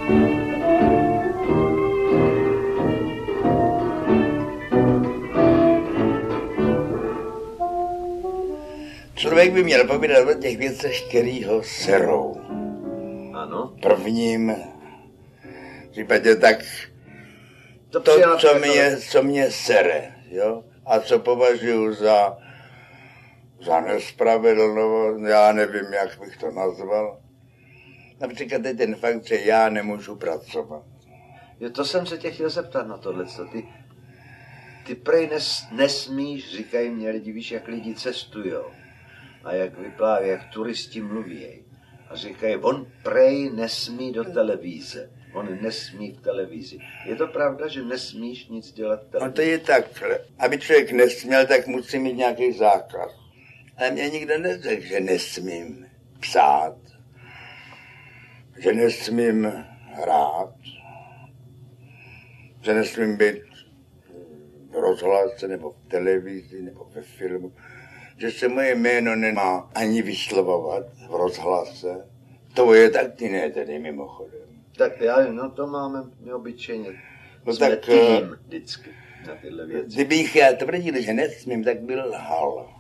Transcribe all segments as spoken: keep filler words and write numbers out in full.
Člověk by měl povídat o těch věcech, který ho serou. Ano. Prvním případě tak to, to co, mě, co mě sere, jo? A co považuji za, za nespravedlnost, já nevím, jak bych to nazval. Například je ten fakt, že já nemůžu pracovat. Jo, to jsem se tě chtěl zeptat na tohleto. Ty, ty prej nes, nesmíš, říkají mě lidi, víš, jak lidi cestujou. A jak vypláví, jak turisti mluví. A říkají, on prej nesmí do televize. On nesmí v televizi. Je to pravda, že nesmíš nic dělat v televizi? No to je takhle. Aby člověk nesměl, tak musí mít nějaký zákaz. Ale mě nikdo neřekl, že nesmím psát. Že nesmím hrát. Že nesmím být v rozhlase, nebo v televizi, nebo ve filmu. Že se moje jméno nemá ani vyslovovat v rozhlase. To je taky ne, tedy mimochodem. Tak já, no to máme obyčejně. No jsme tak, tým vždycky na tyhle věci. Kdybych já tvrdil, že nesmím, tak byl lhal.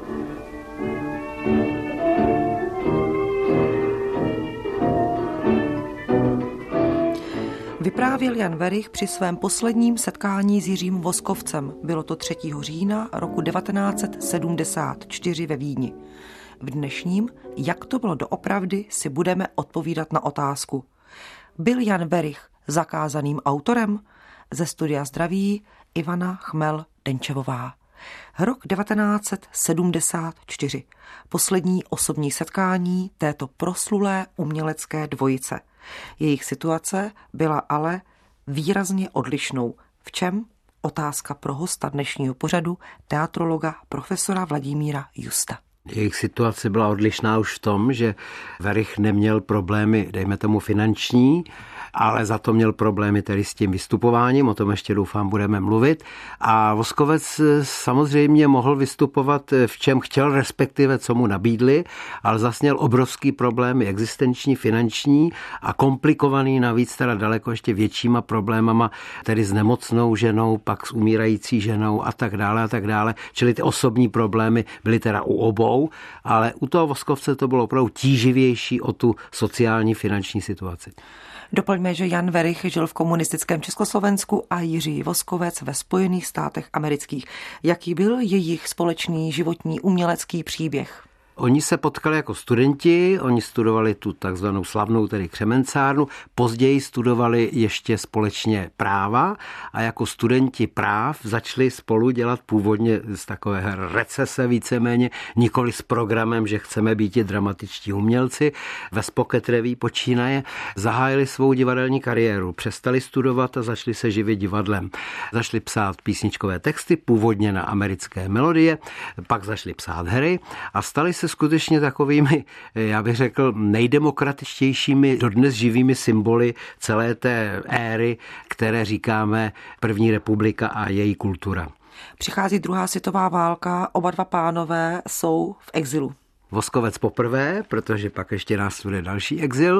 Vyprávěl Jan Werich při svém posledním setkání s Jiřím Voskovcem. Bylo to třetího října roku devatenáct set sedmdesát čtyři ve Vídni. V dnešním Jak to bylo doopravdy si budeme odpovídat na otázku. Byl Jan Werich zakázaným autorem? Ze studia zdraví Ivana Chmel-Denčevová. Rok devatenáct set sedmdesát čtyři. Poslední osobní setkání této proslulé umělecké dvojice. Jejich situace byla ale výrazně odlišnou. V čem? Otázka pro hosta dnešního pořadu, teatrologa profesora Vladimíra Justa. Jejich situace byla odlišná už v tom, že Werich neměl problémy, dejme tomu finanční, ale za to měl problémy tedy s tím vystupováním, o tom ještě doufám budeme mluvit. A Voskovec samozřejmě mohl vystupovat v čem chtěl, respektive co mu nabídli, ale zase měl obrovský problémy existenční, finanční a komplikovaný navíc teda daleko ještě většíma problémama, tedy s nemocnou ženou, pak s umírající ženou a tak dále a tak dále. Čili ty osobní problémy byly teda u obou, ale u toho Voskovce to bylo opravdu tíživější o tu sociální finanční situaci. Doplňme, že Jan Werich žil v komunistickém Československu a Jiří Voskovec ve Spojených státech amerických. Jaký byl jejich společný životní umělecký příběh? Oni se potkali jako studenti, oni studovali tu takzvanou slavnou tedy křemencárnu, později studovali ještě společně práva a jako studenti práv začali spolu dělat původně z takové recese víceméně, nikoli s programem, že chceme být i dramatičtí umělci. Ve Spocket Revue počínaje zahájili svou divadelní kariéru, přestali studovat a začali se živit divadlem. Začali psát písničkové texty, původně na americké melodie, pak začali psát hry a stali se skutečně takovými, já bych řekl, nejdemokratičtějšími, dodnes živými symboly celé té éry, které říkáme první republika a její kultura. Přichází druhá světová válka, oba dva pánové jsou v exilu. Voskovec poprvé, protože pak ještě následuje další exil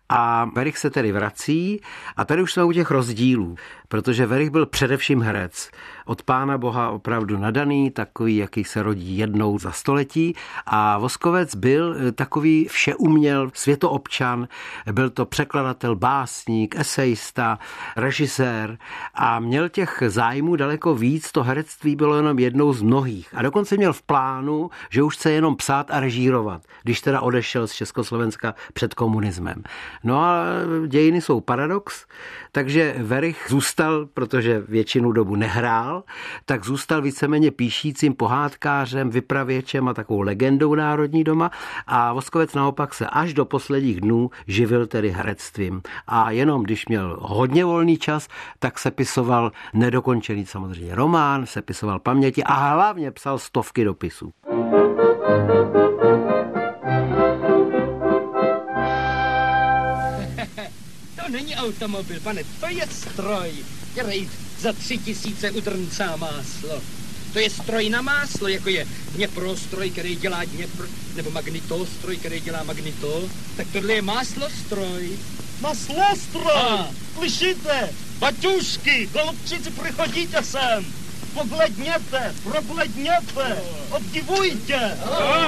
a Werich se tedy vrací a tady už jsme u těch rozdílů, protože Werich byl především herec. Od Pána Boha opravdu nadaný, takový, jaký se rodí jednou za století a Voskovec byl takový všeuměl, světoobčan, byl to překladatel, básník, esejista, režisér a měl těch zájmů daleko víc, to herectví bylo jenom jednou z mnohých a dokonce měl v plánu, že už chce jenom psát a režírovat, když teda odešel z Československa před komunismem. No a dějiny jsou paradox, takže Werich zůstal, protože většinu dobu nehrál, tak zůstal víceméně píšícím pohádkářem, vypravěčem a takovou legendou národní doma a Voskovec naopak se až do posledních dnů živil tedy herectvím. A jenom když měl hodně volný čas, tak sepisoval nedokončený samozřejmě román, sepisoval paměti a hlavně psal stovky dopisů. To není automobil, pane, to je stroj, který za tři tisíce udrncá máslo. To je stroj na máslo, jako je Dněprostroj, který dělá Dněpr, nebo magnitostroj, který dělá magnito. Tak tohle je máslostroj. Maslostroj! Slyšíte? Baťušky, golubčici, přichodíte sem! Pogledněte, probledněte, obdivujte!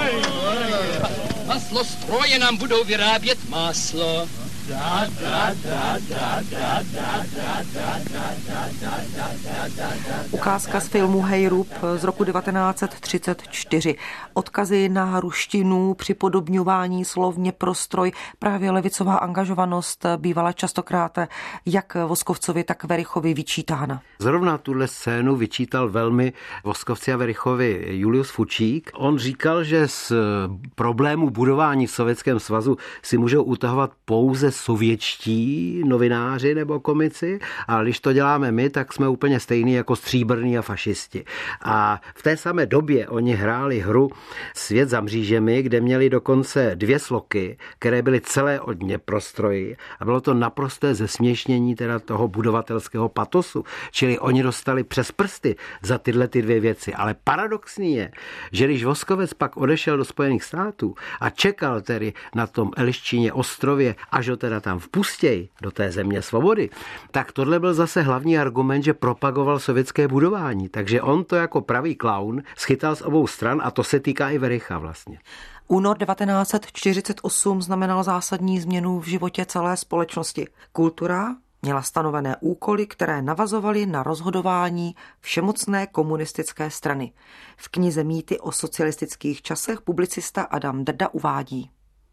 Maslostroje nám budou vyrábět máslo. Da, da, da, da, da, da, da, da, da, da, da, da, da. Ukázka z filmu Hejrub z roku devatenáct set třicet čtyři. Odkazy na ruštinu, připodobňování slovně prostroj, právě levicová angažovanost bývala častokrát jak Voskovcovi, tak Verichovi vyčítána. Zrovna tuhle scénu vyčítal velmi Voskovci a Verichovi Julius Fučík. On říkal, že z problému budování v Sovětském svazu si můžou utahovat pouze sovětští novináři nebo komici, a když to děláme my, tak jsme úplně stejní jako stříbrní a fašisti. A v té samé době oni hráli hru Svět za mřížemi, kde měli dokonce dvě sloky, které byly celé od Dněprostroji, a bylo to naprosté zesměšnění teda toho budovatelského patosu, čili oni dostali přes prsty za tyhle ty dvě věci. Ale paradoxní je, že když Voskovec pak odešel do Spojených států a čekal tedy na tom Eliščině ostrově, až ho teda tam vpustěj do té země svobody, tak tohle byl zase hlavní argument, že propagoval sovětské budování. Takže on to jako pravý klaun schytal z obou stran, a to se týká i Vericha vlastně. Únor devatenáct set čtyřicet osm znamenal zásadní změnu v životě celé společnosti. Kultura měla stanovené úkoly, které navazovaly na rozhodování všemocné komunistické strany. V knize Mýty o socialistických časech publicista Adam Drda uvádí: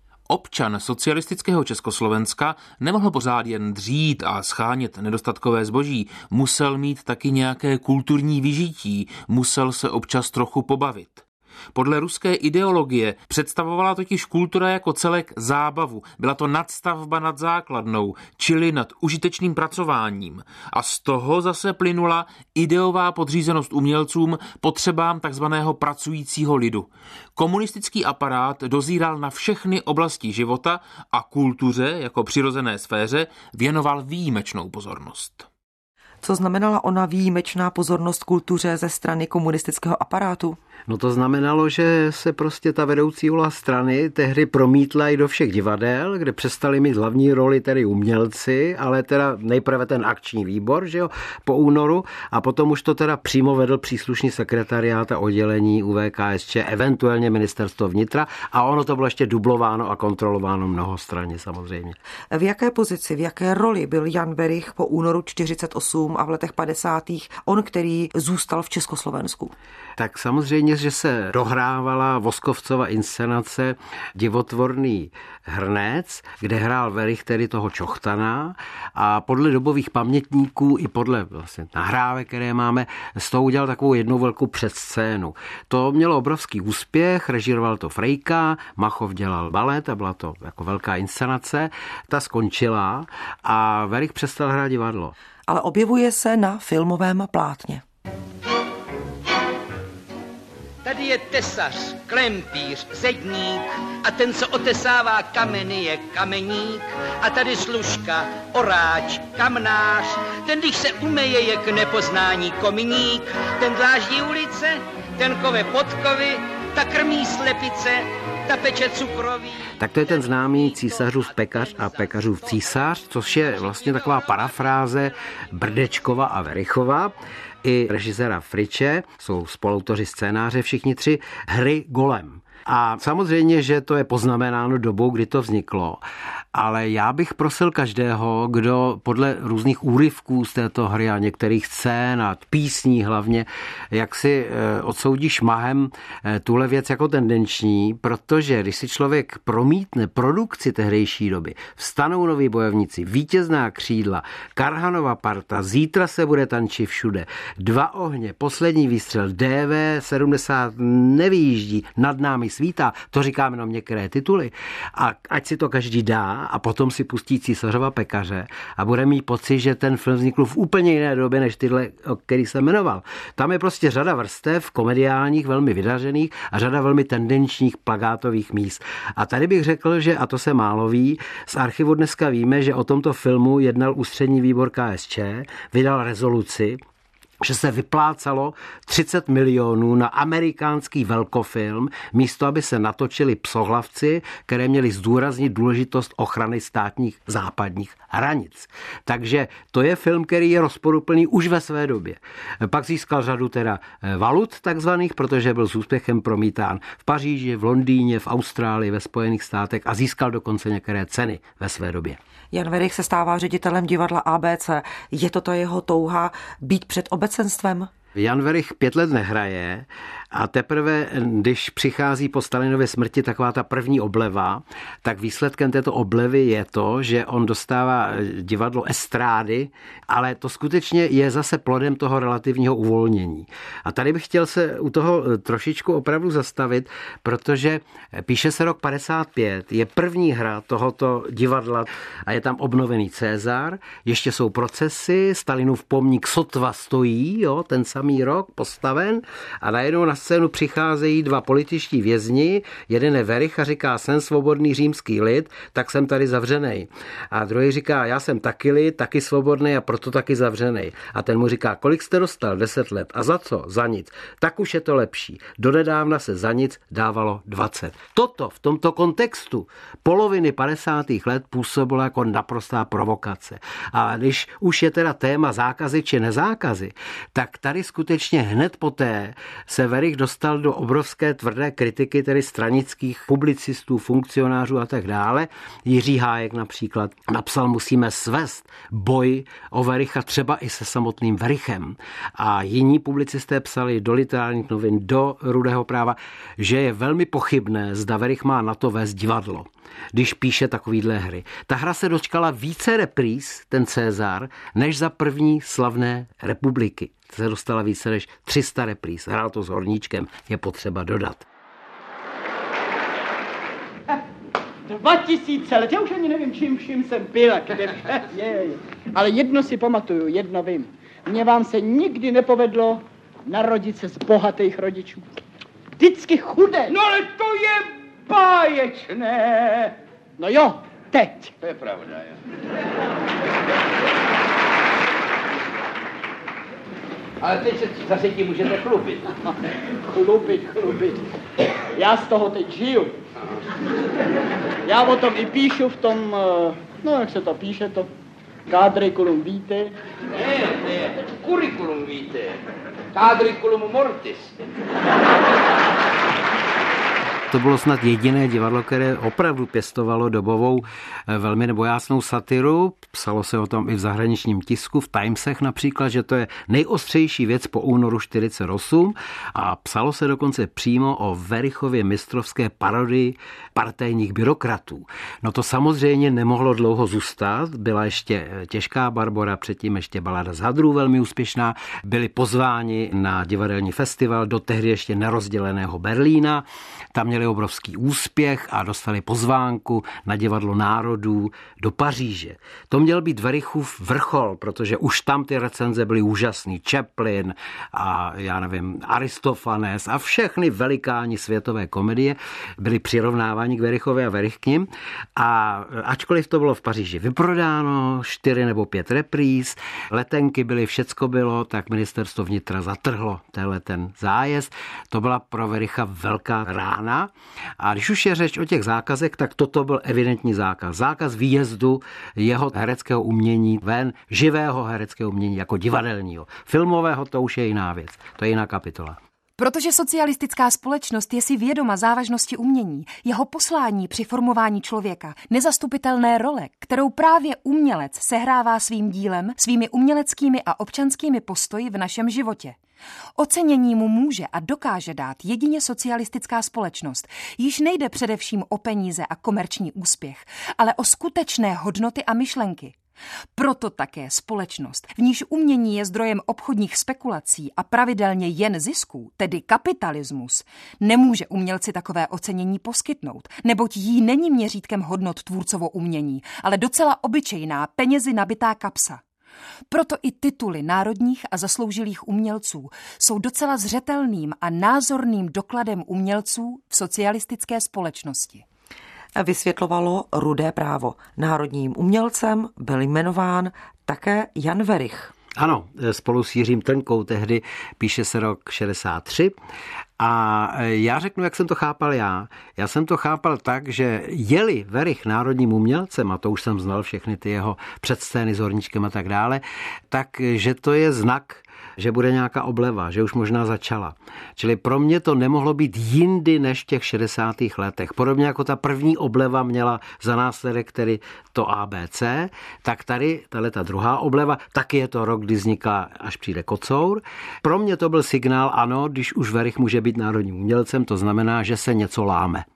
Občan socialistického Československa nemohl pořád jen dřít a schánět nedostatkové zboží, musel mít taky nějaké kulturní vyžití, musel se občas trochu pobavit. Podle ruské ideologie představovala totiž kultura jako celek zábavu. Byla to nadstavba nad základnou, čili nad užitečným pracováním. A z toho zase plynula ideová podřízenost umělcům potřebám takzvaného pracujícího lidu. Komunistický aparát dozíral na všechny oblasti života a kultuře jako přirozené sféře věnoval výjimečnou pozornost. Co znamenala ona výjimečná pozornost kultuře ze strany komunistického aparátu? No to znamenalo, že se prostě ta vedoucí úloha strany tehdy promítla i do všech divadel, kde přestali mít hlavní roli tedy umělci, ale teda nejprve ten akční výbor, že jo, po únoru, a potom už to teda přímo vedl příslušný sekretariát a oddělení U V K S Č, eventuálně ministerstvo vnitra, a ono to bylo ještě dublováno a kontrolováno mnohostranně samozřejmě. V jaké pozici, v jaké roli byl Jan Werich po únoru čtyřicet osm a v letech padesátých, on, který zůstal v Československu? Tak samozřejmě, že se dohrávala Voskovcova inscenace Divotvorný hrnec, kde hrál Werich tedy toho Čochtana, a podle dobových pamětníků i podle vlastně nahrávek, které máme, z toho udělal takovou jednu velkou předscénu. To mělo obrovský úspěch, režíroval to Frejka, Machov dělal balet a byla to jako velká inscenace. Ta skončila a Werich přestal hrát divadlo. Ale objevuje se na filmovém plátně. Tady je tesař, klempíř, zedník a ten, co otesává kameny, je kameník. A tady služka, oráč, kamnář, ten, když se umeje, je k nepoznání kominík. Ten dláždí ulice, ten kove podkovy, ta krmí slepice, ta peče cukroví. Tak to je ten známý Císařův pekař a Pekařův císař, což je vlastně taková parafráze Brdečkova a Verichova i režiséra Friče, jsou spoluautoři scénáře všichni tři, hry Golem. A samozřejmě, že to je poznamenáno dobou, kdy to vzniklo. Ale já bych prosil každého, kdo podle různých úryvků z této hry a některých scén a písní hlavně, jak si odsoudí šmahem tuhle věc jako tendenční, protože když si člověk promítne produkci tehdejší doby, Vstanou noví bojovníci, Vítězná křídla, Karhanova parta, Zítra se bude tančit všude, Dva ohně, Poslední výstřel, D V sedmdesát nevýjíždí, Nad námi svítá, to říkáme jenom některé tituly, a ať si to každý dá a potom si pustí Císařova pekaře a bude mít pocit, že ten film vznikl v úplně jiné době, než tyhle, o kterých jsem jmenoval. Tam je prostě řada vrstev komediálních, velmi vydařených a řada velmi tendenčních plakátových míst. A tady bych řekl, že, a to se málo ví, z archivu dneska víme, že o tomto filmu jednal ústřední výbor K S Č, vydal rezoluci, že se vyplácalo třicet milionů na amerikánský velkofilm, místo aby se natočili Psohlavci, které měly zdůraznit důležitost ochrany státních západních hranic. Takže to je film, který je rozporuplný už ve své době. Pak získal řadu teda valut takzvaných, protože byl s úspěchem promítán v Paříži, v Londýně, v Austrálii, ve Spojených státech a získal dokonce některé ceny ve své době. Jan Werich se stává ředitelem divadla A B C. Je to ta jeho touha být před obecenstvem? Jan Werich pět let nehraje a teprve, když přichází po Stalinově smrti taková ta první obleva, tak výsledkem této oblevy je to, že on dostává divadlo estrády, ale to skutečně je zase plodem toho relativního uvolnění. A tady bych chtěl se u toho trošičku opravdu zastavit, protože píše se rok padesát pět, je první hra tohoto divadla a je tam obnovený Cezar, ještě jsou procesy, Stalinův pomník sotva stojí, jo, ten samý rok postaven a najednou na scénu přicházejí dva političtí vězni, jeden je Werich a říká, jsem svobodný římský lid, tak jsem tady zavřenej. A druhý říká, já jsem taky lid, taky svobodný a proto taky zavřenej. A ten mu říká, kolik jste dostal? Deset let. A za co? Za nic. Tak už je to lepší. Donedávna se za nic dávalo dvacet. Toto v tomto kontextu poloviny padesátých let působilo jako naprostá provokace. A když už je teda téma zákazy či nezákazy, tak tady skutečně hned poté se Werich dostal do obrovské tvrdé kritiky tedy stranických publicistů, funkcionářů a tak dále. Jiří Hájek například napsal, musíme svést boj o Wericha třeba i se samotným Werichem. A jiní publicisté psali do literárních novin, do Rudého práva, že je velmi pochybné, zda Werich má na to vést divadlo, když píše takovýhle hry. Ta hra se dočkala více repríz, ten Cezar, než za první slavné republiky. Se dostala více než tři sta repríz. Hrál to s Horníčkem, je potřeba dodat. Dva tisíce let, já už ani nevím, čím vším jsem byl, kde je. Ale jedno si pamatuju, jedno vím. Mně vám se nikdy nepovedlo narodit se z bohatých rodičů. Vždycky chudé. No ale to je báječné. No jo, teď. To je pravda, jo. Ale teď se zase tím můžete chlubit. Chlubit, chlubit. Já z toho teď žiju. Já o tom i píšu v tom, no jak se to píše, to Quadriculum vitae. Ne, ne, curriculum vitae. Quadriculum mortis. To bylo snad jediné divadlo, které opravdu pěstovalo dobovou velmi nebojácnou satiru. Psalo se o tom i v zahraničním tisku, v Timesech například, že to je nejostřejší věc po únoru čtyřicet osm a psalo se dokonce přímo o Werichově mistrovské parodii partajních byrokratů. No to samozřejmě nemohlo dlouho zůstat, byla ještě Těžká Barbora, předtím ještě Balada z hadrů velmi úspěšná, byli pozváni na divadelní festival do tehdy ještě nerozděleného Berlína, tam měli obrovský úspěch a dostali pozvánku na divadlo národů do Paříže. To měl být Werichův vrchol, protože už tam ty recenze byly úžasný. Chaplin a já nevím, Aristofanes a všechny velikáni světové komedie byly přirovnáváni k Werichovi a Werich k nim. A ačkoliv to bylo v Paříži vyprodáno, čtyři nebo pět repríz, letenky byly, všecko bylo, tak ministerstvo vnitra zatrhlo tenhle ten zájezd. To byla pro Wericha velká rána. A když už je řeč o těch zákazech, tak toto byl evidentní zákaz. Zákaz výjezdu jeho hereckého umění ven, živého hereckého umění jako divadelního. Filmového to už je jiná věc. To je jiná kapitola. Protože socialistická společnost je si vědoma závažnosti umění, jeho poslání při formování člověka, nezastupitelné role, kterou právě umělec sehrává svým dílem, svými uměleckými a občanskými postoji v našem životě. Ocenění mu může a dokáže dát jedině socialistická společnost. Již nejde především o peníze a komerční úspěch, ale o skutečné hodnoty a myšlenky. Proto také společnost, v níž umění je zdrojem obchodních spekulací a pravidelně jen zisků, tedy kapitalismus, nemůže umělci takové ocenění poskytnout, neboť jí není měřítkem hodnot tvůrcovo umění, ale docela obyčejná penězi nabitá kapsa. Proto i tituly národních a zasloužilých umělců jsou docela zřetelným a názorným dokladem umělců v socialistické společnosti. Vysvětlovalo Rudé právo. Národním umělcem byl jmenován také Jan Werich. Ano, spolu s Jiřím Trnkou tehdy, píše se rok šedesát tři. A já řeknu, jak jsem to chápal já. Já jsem to chápal tak, že je-li Werich národním umělcem, a to už jsem znal všechny ty jeho předscény s Horníčkem a tak dále, takže to je znak, že bude nějaká obleva, že už možná začala. Čili pro mě to nemohlo být jindy než v těch šedesátých letech. Podobně jako ta první obleva měla za následek tedy to A B C, tak tady ta druhá obleva, taky je to rok, kdy vzniká Až přijde kocour. Pro mě to byl signál, ano, když už Werich může být národním umělcem, to znamená, že se něco láme.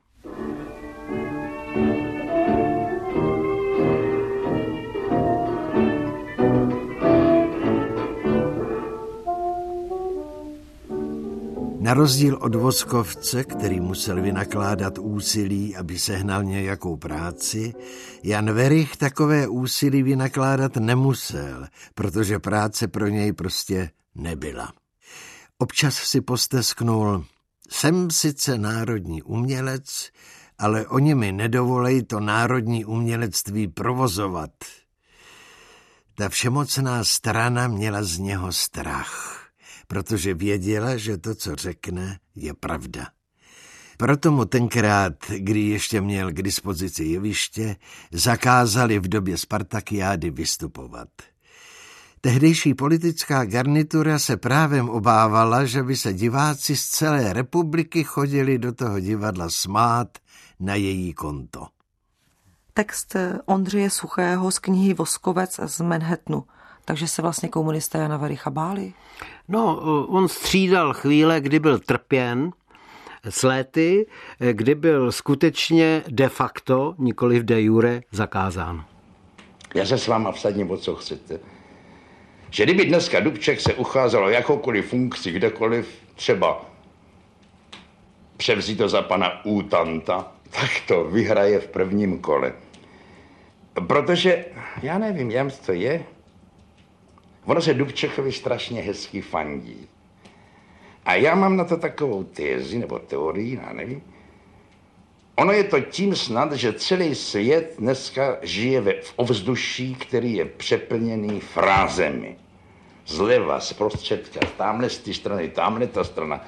Na rozdíl od Voskovce, který musel vynakládat úsilí, aby sehnal nějakou práci, Jan Werich takové úsilí vynakládat nemusel, protože práce pro něj prostě nebyla. Občas si postesknul, jsem sice národní umělec, ale oni mi nedovolej to národní umělectví provozovat. Ta všemocná strana měla z něho strach, protože věděla, že to, co řekne, je pravda. Proto mu tenkrát, kdy ještě měl k dispozici jeviště, zakázali v době Spartakiády vystupovat. Tehdejší politická garnitura se právem obávala, že by se diváci z celé republiky chodili do toho divadla smát na její konto. Text Ondřeje Suchého z knihy Voskovec z Manhattanu. Takže se vlastně komunisté Jana Wericha báli? No, on střídal chvíle, kdy byl trpěn s léty, kdy byl skutečně de facto, nikoliv de jure, zakázán. Já se s váma vsadím, o co chcete. Že kdyby dneska Dubček se ucházel o jakoukoliv funkci, kdekoliv, třeba převzít to za pana Útanta, tak to vyhraje v prvním kole. Protože, já nevím, jam to je, ono se Dubčekovi strašně hezky fandí. A já mám na to takovou tézi, nebo teorii, já nevím. Ono je to tím snad, že celý svět dneska žije ve, v ovzduší, který je přeplněný frázemi. Zleva, zprostředka, tamhle z té strany, tamhle ta strana.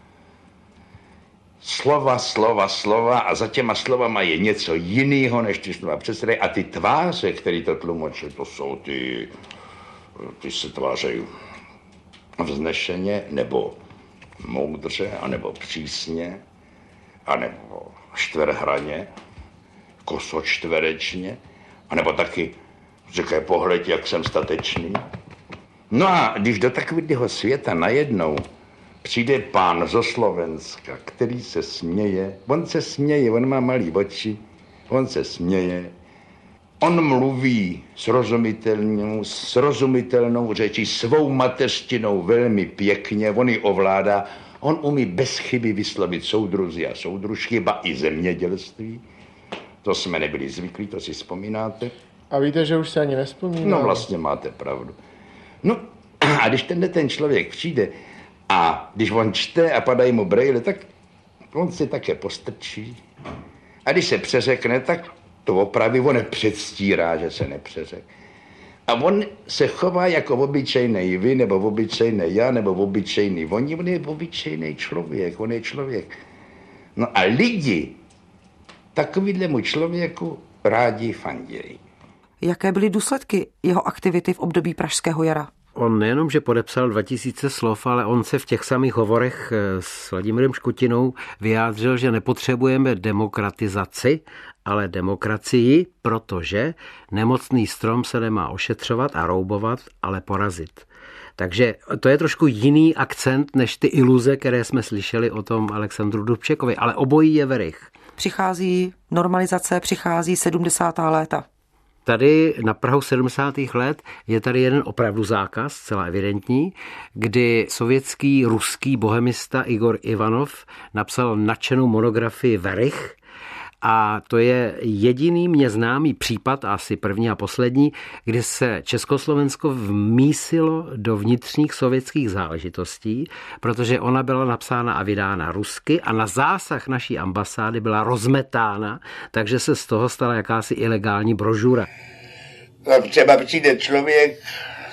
Slova, slova, slova a za těma slovama je něco jiného, než ty slova předsedají. A ty tváře, které to tlumočí, to jsou ty... Ty se tvářejí vznešeně, nebo moudře, anebo přísně, anebo čtverhraně, kosočtverečně, anebo taky říkají pohled, jak jsem statečný. No a když do takového světa najednou přijde pán zo Slovenska, který se směje, on se směje, on má malý oči, on se směje, on mluví srozumitelnou, srozumitelnou řečí, svou mateřštinou velmi pěkně, on ji ovládá, on umí bez chyby vyslovit soudruzi a soudružky, ba i zemědělství. To jsme nebyli zvyklí, to si vzpomínáte. A víte, že už se ani nevzpomínám. No vlastně máte pravdu. No a když tenhle ten člověk přijde a když on čte a padají mu brejle, tak on si také postrčí. A když se přeřekne, tak to opraví, on nepředstírá, že se nepřeřek. A on se chová jako obyčejný vy, nebo obyčejný já, nebo obyčejný oni. On je obyčejný člověk, on je člověk. No a lidi takovýhlemu člověku rádi fandějí. Jaké byly důsledky jeho aktivity v období Pražského jara? On nejenom, že podepsal dva tisíce slov, ale on se v těch samých hovorech s Vladimírem Škutinou vyjádřil, že nepotřebujeme demokratizaci, ale demokracii, protože nemocný strom se nemá ošetřovat a roubovat, ale porazit. Takže to je trošku jiný akcent než ty iluze, které jsme slyšeli o tom Alexandru Dubčekovi, ale obojí je Werich. Přichází normalizace, přichází sedmdesátá léta. Tady na prahu sedmdesátých let je tady jeden opravdu zákaz, zcela evidentní, kdy sovětský ruský bohemista Igor Ivanov napsal nadšenou monografii Werich, a to je jediný mně známý případ, asi první a poslední, kdy se Československo vmísilo do vnitřních sovětských záležitostí, protože ona byla napsána a vydána rusky a na zásah naší ambasády byla rozmetána, takže se z toho stala jakási ilegální brožura. No, třeba přijde člověk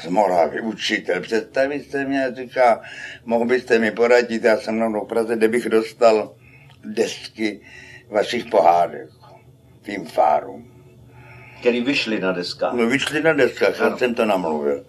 z Moravy, učitel. Představíte mě, říká, mohl byste mi poradit, já jsem mnou v Praze, kde bych dostal desky vašich pohádek, filmfáru. Který vyšli na deskách. No, vyšli na deskách, já jsem to namluvil.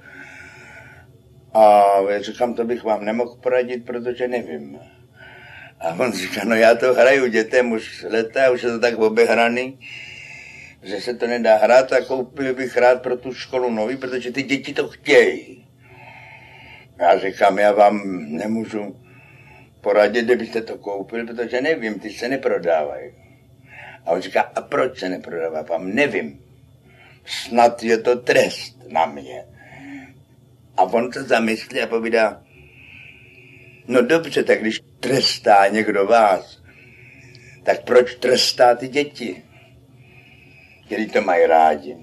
A já říkám, to bych vám nemohl poradit, protože nevím. A on říká, no já to hraju dětem už leta, už je to tak obehraný, že se to nedá hrát a koupil bych rád pro tu školu nový, protože ty děti to chtějí. Já říkám, já vám nemůžu poradit, kdybyste to koupil, protože nevím, ty se neprodávají. A on říká, a proč se neprodává? Vám nevím. Snad je to trest na mě. A on se zamyslí a povídá, no dobře, tak když trestá někdo vás, tak proč trestá ty děti, který to mají rádi?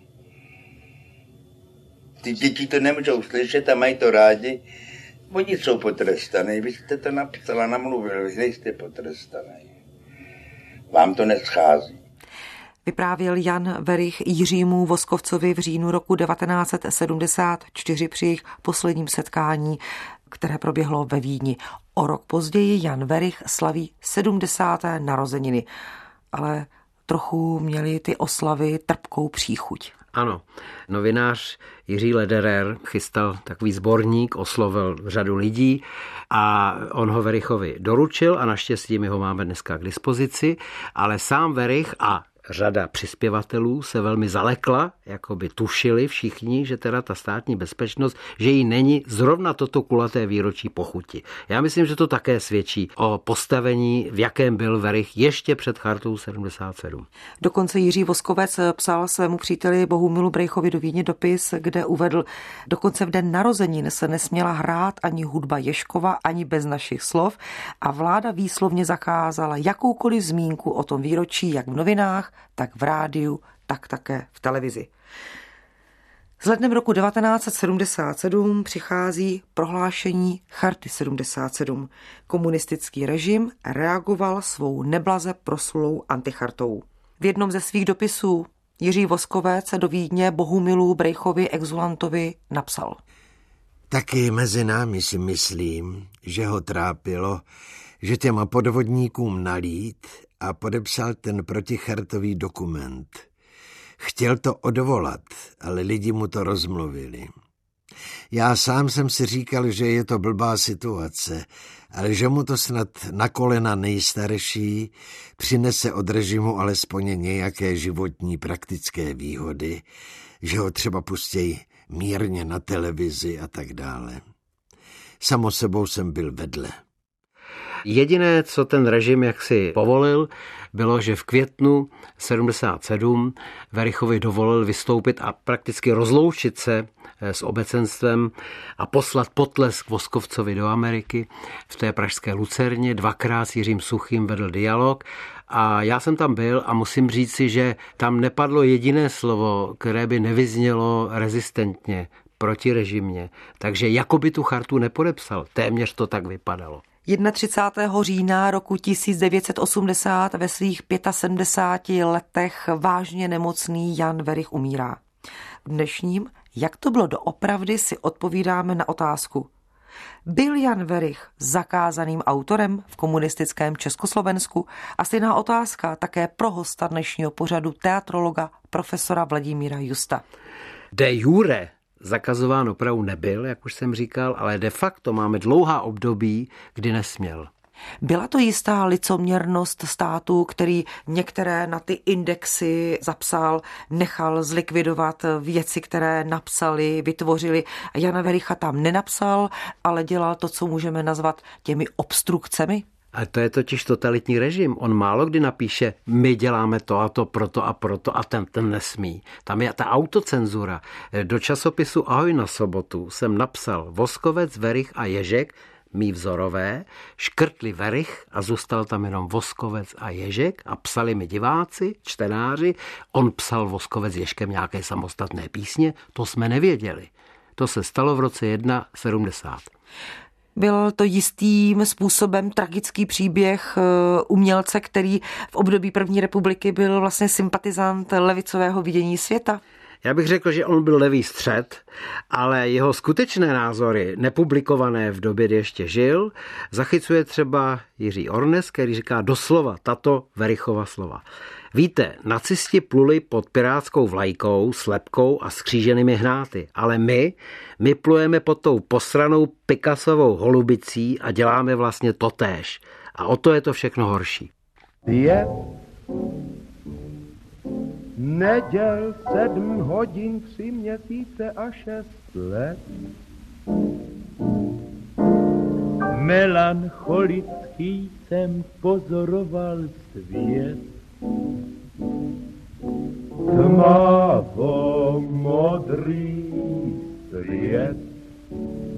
Ty děti to nemůžou slyšet a mají to rádi, oni jsou potrestaný, vy jste to napsala, namluvil, vy nejste potrestaný. Vám to neschází. Vyprávěl Jan Werich Jiřímu Voskovcovi v říjnu roku devatenáct set sedmdesát čtyři při jejich posledním setkání, které proběhlo ve Vídni. O rok později Jan Werich slaví sedmdesáté narozeniny, ale trochu měli ty oslavy trpkou příchuť. Ano, novinář Jiří Lederer chystal takový sborník, oslovil řadu lidí a on ho Werichovi doručil a naštěstí my ho máme dneska k dispozici, ale sám Werich a řada přispěvatelů se velmi zalekla, jako by tušili všichni, že teda ta státní bezpečnost, že jí není zrovna toto kulaté výročí pochuti. Já myslím, že to také svědčí o postavení, v jakém byl Werich ještě před chartou sedmdesát sedm. Dokonce Jiří Voskovec psal svému příteli Bohumilu Brejchovi do Vídně dopis, kde uvedl, dokonce v den narozenin se nesměla hrát ani hudba Ježkova, ani bez našich slov a vláda výslovně zakázala jakoukoliv zmínku o tom výročí, jak v novinách, tak v rádiu, tak také v televizi. S lednem roku devatenáct set sedmdesát sedm přichází prohlášení Charty sedmdesát sedm. Komunistický režim reagoval svou neblaze proslulou antichartou. V jednom ze svých dopisů Jiří Voskovec do Vídně Bohumilu Brejchovi exulantovi napsal. Taky mezi námi si myslím, že ho trápilo, že těma podvodníkům nalít a podepsal ten protichartový dokument. Chtěl to odvolat, ale lidi mu to rozmluvili. Já sám jsem si říkal, že je to blbá situace, ale že mu to snad na kolena nejstarší přinese od režimu alespoň nějaké životní praktické výhody, že ho třeba pustějí mírně na televizi a tak dále. Samo sebou jsem byl vedle. Jediné, co ten režim jaksi povolil, bylo, že v květnu sedmdesát sedm Werichovi dovolil vystoupit a prakticky rozloučit se s obecenstvem a poslat potlesk Voskovcovi do Ameriky. V té pražské Lucerně dvakrát s Jiřím Suchým vedl dialog a já jsem tam byl a musím říci, že tam nepadlo jediné slovo, které by nevyznělo rezistentně, protirežimně. Takže jako by tu chartu nepodepsal. Téměř to tak vypadalo. třicátého prvního října roku tisíc devět set osmdesát ve svých sedmdesáti pěti letech vážně nemocný Jan Werich umírá. V dnešním Jak to bylo doopravdy si odpovídáme na otázku. Byl Jan Werich zakázaným autorem v komunistickém Československu? A stejná otázka také pro hosta dnešního pořadu teatrologa profesora Vladimíra Justa. De jure zakazován opravdu nebyl, jak už jsem říkal, ale de facto máme dlouhá období, kdy nesměl. Byla to jistá licoměrnost státu, který některé na ty indexy zapsal, nechal zlikvidovat věci, které napsali, vytvořili. Jana Wericha tam nenapsal, ale dělal to, co můžeme nazvat těmi obstrukcemi. Ale to je totiž totalitní režim. On málo kdy napíše, my děláme to a to, proto a proto a ten, ten nesmí. Tam je ta autocenzura. Do časopisu Ahoj na sobotu jsem napsal Voskovec, Werich a Ježek, mý vzorové, škrtli Werich a zůstal tam jenom Voskovec a Ježek a psali mi diváci, čtenáři, on psal Voskovec Ježkem nějaké samostatné písně, to jsme nevěděli. To se stalo v roce sedmdesát jedna. Byl to jistým způsobem tragický příběh umělce, který v období první republiky byl vlastně sympatizant levicového vidění světa. Já bych řekl, že on byl levý střed, ale jeho skutečné názory, nepublikované v době, kdy ještě žil, zachycuje třeba Jiří Ornes, který říká doslova tato Werichova slova. Víte, nacisti pluli pod pirátskou vlajkou, slepkou a skříženými hnáty, ale my, my plujeme pod tou posranou Picassovou holubicí a děláme vlastně totéž. A o to je to všechno horší. Je neděl sedm hodin, tři měsíce a šest let. Melancholický jsem pozoroval svět. Tmavo modrý svět.